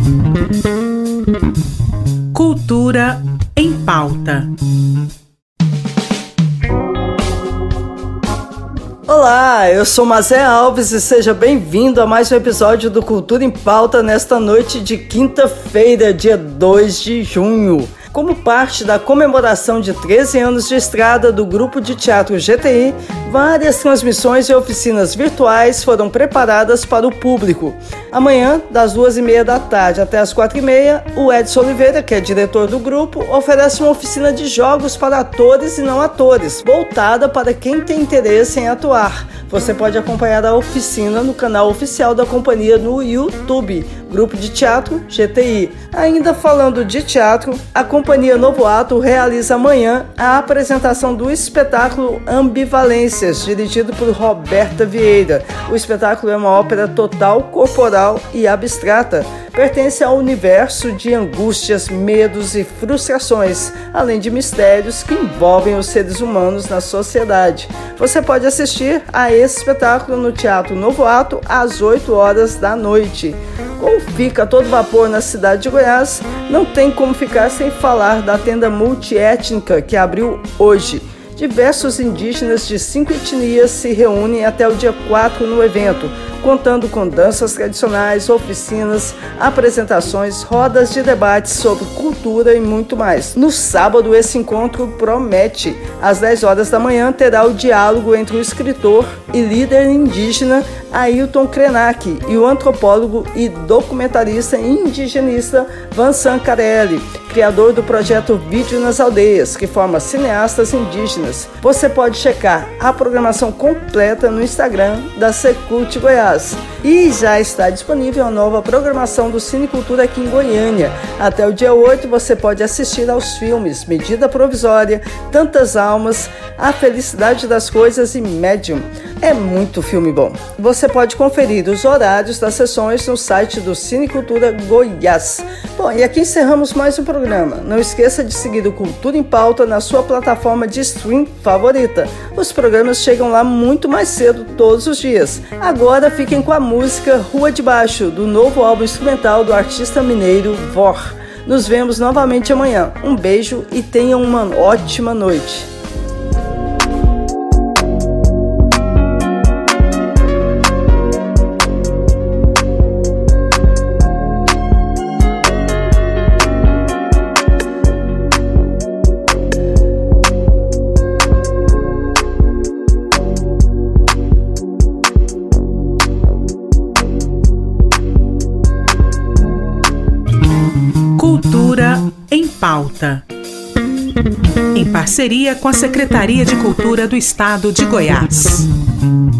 Cultura em Pauta. Olá, eu sou Mazé Alves e seja bem-vindo a mais um episódio do Cultura em Pauta nesta noite de quinta-feira, dia 2 de junho. Como parte da comemoração de 13 anos de estrada do Grupo de Teatro GTI, várias transmissões e oficinas virtuais foram preparadas para o público. Amanhã, das 2h30 da tarde até as 4h30, o Edson Oliveira, que é diretor do grupo, oferece uma oficina de jogos para atores e não atores, voltada para quem tem interesse em atuar. Você pode acompanhar a oficina no canal oficial da companhia no YouTube, Grupo de Teatro GTI. Ainda falando de teatro, a Companhia Novo Ato realiza amanhã a apresentação do espetáculo Ambivalências, dirigido por Roberta Vieira. O espetáculo é uma ópera total, corporal e abstrata. Pertence ao universo de angústias, medos e frustrações, além de mistérios que envolvem os seres humanos na sociedade. Você pode assistir a esse espetáculo no Teatro Novo Ato às 8h da noite. Como fica a todo vapor na cidade de Goiás, não tem como ficar sem falar da tenda multiétnica que abriu hoje. Diversos indígenas de 5 etnias se reúnem até o dia 4 no evento, contando com danças tradicionais, oficinas, apresentações, rodas de debates sobre cultura e muito mais. No sábado, esse encontro promete. Às 10h da manhã, terá o diálogo entre o escritor e líder indígena Ailton Krenak e o antropólogo e documentarista indigenista Vansan Carelli, criador do projeto Vídeo nas Aldeias, que forma cineastas indígenas. Você pode checar a programação completa no Instagram da Secult Goiás. E já está disponível a nova programação do Cinecultura aqui em Goiânia. Até o dia 8 você pode assistir aos filmes Medida Provisória, Tantas Almas, A Felicidade das Coisas e Medium. É muito filme bom. Você pode conferir os horários das sessões no site do Cinecultura Goiás. Bom, e aqui encerramos mais um programa. Não esqueça de seguir o Cultura em Pauta na sua plataforma de stream favorita. Os programas chegam lá muito mais cedo todos os dias. Agora fiquem com a música Rua de Baixo, do novo álbum instrumental do artista mineiro Vor. Nos vemos novamente amanhã. Um beijo e tenham uma ótima noite. Cultura em Pauta. Em parceria com a Secretaria de Cultura do Estado de Goiás.